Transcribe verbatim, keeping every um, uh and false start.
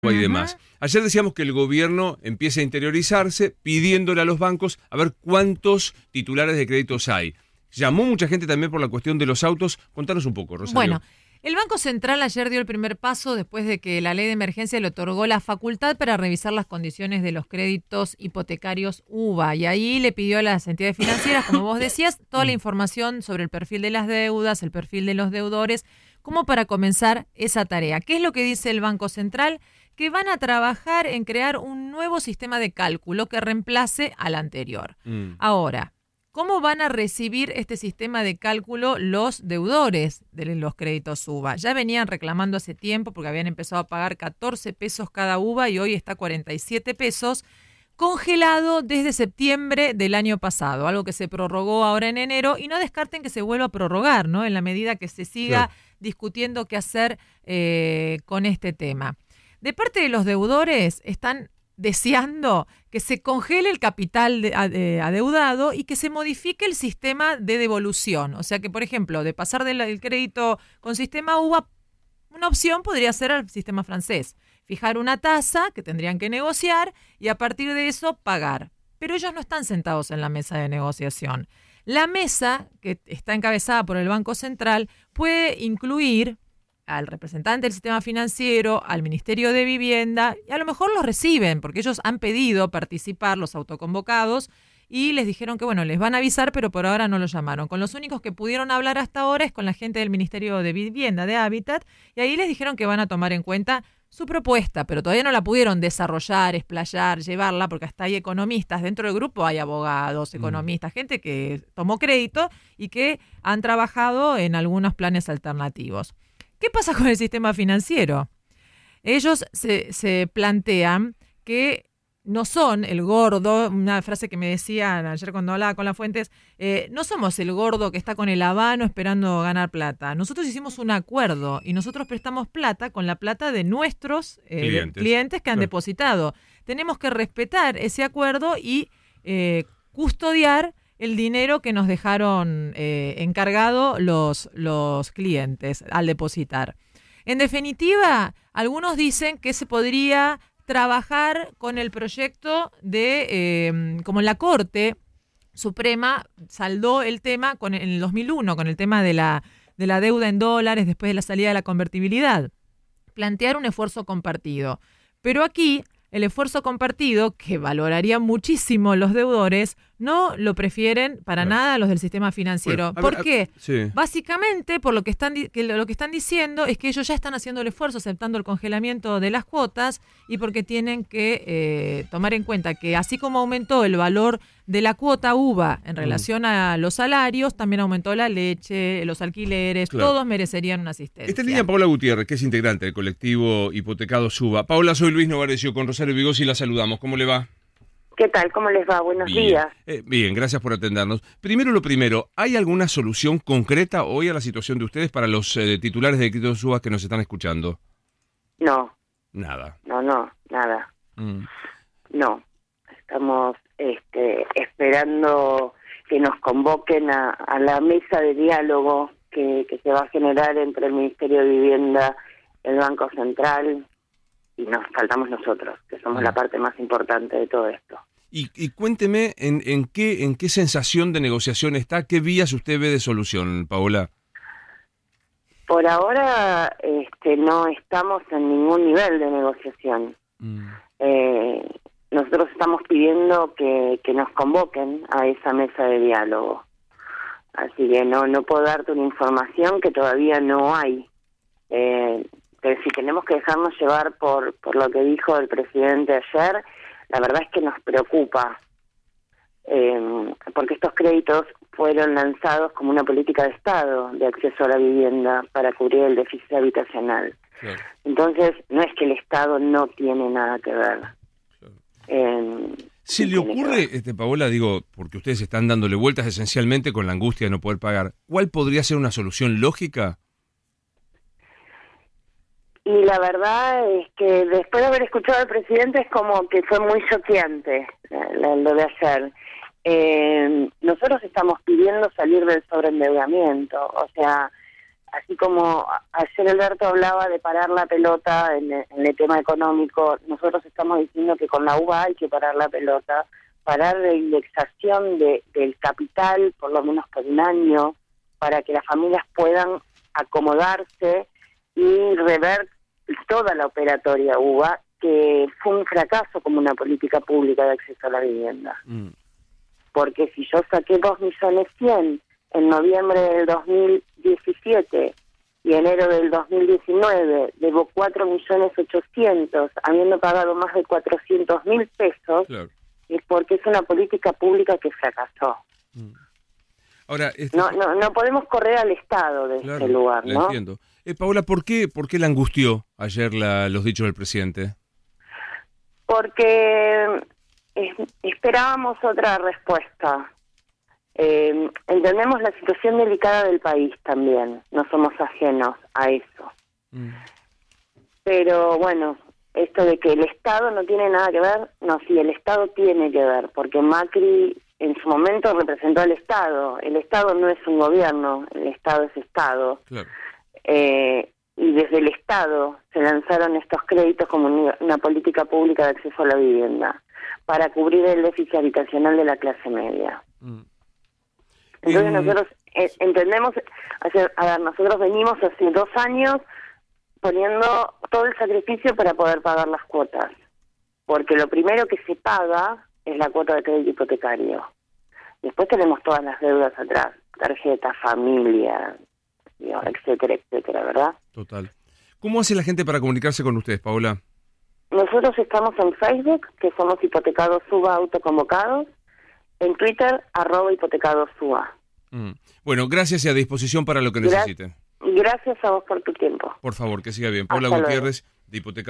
y demás. Ayer decíamos que el gobierno empieza a interiorizarse pidiéndole a los bancos a ver cuántos titulares de créditos hay. Llamó mucha gente también por la cuestión de los autos. Contanos un poco, Rosario. Bueno, el Banco Central ayer dio el primer paso después de que la ley de emergencia le otorgó la facultad para revisar las condiciones de los créditos hipotecarios U V A. Y ahí le pidió a las entidades financieras, como vos decías, toda la información sobre el perfil de las deudas, el perfil de los deudores, como para comenzar esa tarea. ¿Qué es lo que dice el Banco Central? Que van a trabajar en crear un nuevo sistema de cálculo que reemplace al anterior. Mm. Ahora, ¿cómo van a recibir este sistema de cálculo los deudores de los créditos U V A? Ya venían reclamando hace tiempo porque habían empezado a pagar catorce pesos cada U V A y hoy está cuarenta y siete pesos, congelado desde septiembre del año pasado, algo que se prorrogó ahora en enero, y no descarten que se vuelva a prorrogar, ¿no? En la medida que se siga claro. discutiendo qué hacer eh, con este tema. De parte de los deudores están deseando que se congele el capital de, de, adeudado y que se modifique el sistema de devolución. O sea que, por ejemplo, de pasar del, del crédito con sistema U V A, una opción podría ser al sistema francés. Fijar una tasa que tendrían que negociar y a partir de eso pagar. Pero ellos no están sentados en la mesa de negociación. La mesa, que está encabezada por el Banco Central, puede incluir al representante del sistema financiero, al Ministerio de Vivienda, y a lo mejor los reciben, porque ellos han pedido participar, los autoconvocados, y les dijeron que, bueno, les van a avisar, pero por ahora no los llamaron. Con los únicos que pudieron hablar hasta ahora es con la gente del Ministerio de Vivienda, de Hábitat, y ahí les dijeron que van a tomar en cuenta su propuesta, pero todavía no la pudieron desarrollar, explayar, llevarla, porque hasta hay economistas, dentro del grupo hay abogados, economistas, mm. gente que tomó crédito y que han trabajado en algunos planes alternativos. ¿Qué pasa con el sistema financiero? Ellos se, se plantean que no son el gordo, una frase que me decían ayer cuando hablaba con las fuentes, eh, no somos el gordo que está con el habano esperando ganar plata. Nosotros hicimos un acuerdo y nosotros prestamos plata con la plata de nuestros eh, clientes. clientes que han claro. depositado. Tenemos que respetar ese acuerdo y eh, custodiar el dinero que nos dejaron eh, encargado los, los clientes al depositar. En definitiva, algunos dicen que se podría trabajar con el proyecto de, eh, como la Corte Suprema saldó el tema con, en el dos mil uno, con el tema de la, de la deuda en dólares después de la salida de la convertibilidad. Plantear un esfuerzo compartido. Pero aquí el esfuerzo compartido, que valorarían muchísimo los deudores, no lo prefieren para claro. nada los del sistema financiero. Bueno, ¿Por ver, qué? A, sí. Básicamente, por lo que están que lo que están diciendo es que ellos ya están haciendo el esfuerzo, aceptando el congelamiento de las cuotas, y porque tienen que eh, tomar en cuenta que así como aumentó el valor de la cuota U V A en relación mm. a los salarios, también aumentó la leche, los alquileres, claro. todos merecerían una asistencia. Esta línea Paola Gutiérrez, que es integrante del colectivo Hipotecados U V A. Paola, soy Luis Novarecio, con Rosario Vigosi la saludamos. ¿Cómo le va? ¿Qué tal? ¿Cómo les va? Buenos bien. días. Eh, bien, gracias por atendernos. Primero lo primero, ¿hay alguna solución concreta hoy a la situación de ustedes para los eh, titulares de créditos U V A que nos están escuchando? No. Nada. No, no, nada. Mm. No. Estamos este, esperando que nos convoquen a, a la mesa de diálogo que, que se va a generar entre el Ministerio de Vivienda, el Banco Central, y nos faltamos nosotros, que somos mm. la parte más importante de todo esto. Y, y cuénteme en, en qué en qué sensación de negociación está, qué vías usted ve de solución, Paola. Por ahora este, no estamos en ningún nivel de negociación. Mm. Eh, nosotros estamos pidiendo que, que nos convoquen a esa mesa de diálogo. Así que no no puedo darte una información que todavía no hay. Eh, pero si tenemos que dejarnos llevar por, por lo que dijo el presidente ayer, la verdad es que nos preocupa. Eh, porque estos créditos fueron lanzados como una política de Estado de acceso a la vivienda para cubrir el déficit habitacional. Claro. Entonces, no es que el Estado no tiene nada que ver. Claro. Eh, ¿Se le ocurre, este, Paola, digo, porque ustedes están dándole vueltas esencialmente con la angustia de no poder pagar, ¿cuál podría ser una solución lógica? Y la verdad es que después de haber escuchado al presidente es como que fue muy choqueante lo de ayer. Eh, nosotros estamos pidiendo salir del sobreendeudamiento, o sea, así como ayer Alberto hablaba de parar la pelota en el, en el tema económico, nosotros estamos diciendo que con la U B A hay que parar la pelota, parar la indexación de, del capital, por lo menos por un año, para que las familias puedan acomodarse y rever toda la operatoria U B A, que fue un fracaso como una política pública de acceso a la vivienda. Mm. Porque si yo saqué dos millones cien en noviembre del dos mil diecisiete y enero del dos mil diecinueve, debo cuatro millones ochocientos, habiendo pagado más de cuatrocientos mil pesos, claro, es porque es una política pública que fracasó. Mm. Ahora, este... no, no, no podemos correr al Estado de claro, este lugar, ¿no? Lo entiendo. Eh, Paola, ¿por qué, ¿por qué la angustió ayer la, los dichos del presidente? Porque eh, esperábamos otra respuesta. Eh, entendemos la situación delicada del país también, no somos ajenos a eso. Mm. Pero bueno, esto de que el Estado no tiene nada que ver, no, sí, el Estado tiene que ver, porque Macri en su momento representó al Estado. El Estado no es un gobierno, el Estado es Estado. Claro. Eh, y desde el Estado se lanzaron estos créditos como una, una política pública de acceso a la vivienda para cubrir el déficit habitacional de la clase media. Mm. Entonces mm. nosotros eh, entendemos, hacer, a ver, nosotros venimos hace dos años poniendo todo el sacrificio para poder pagar las cuotas, porque lo primero que se paga es la cuota de crédito hipotecario. Después tenemos todas las deudas atrás, tarjeta, familia, etcétera, etcétera, ¿verdad? Total. ¿Cómo hace la gente para comunicarse con ustedes, Paola? Nosotros estamos en Facebook, que somos Hipotecados Suba Autoconvocados, en Twitter, arroba Hipotecados Suba. Mm. Bueno, gracias y a disposición para lo que necesiten. Gracias a vos por tu tiempo. Por favor, que siga bien. Paola Gutiérrez, de Hipotecados.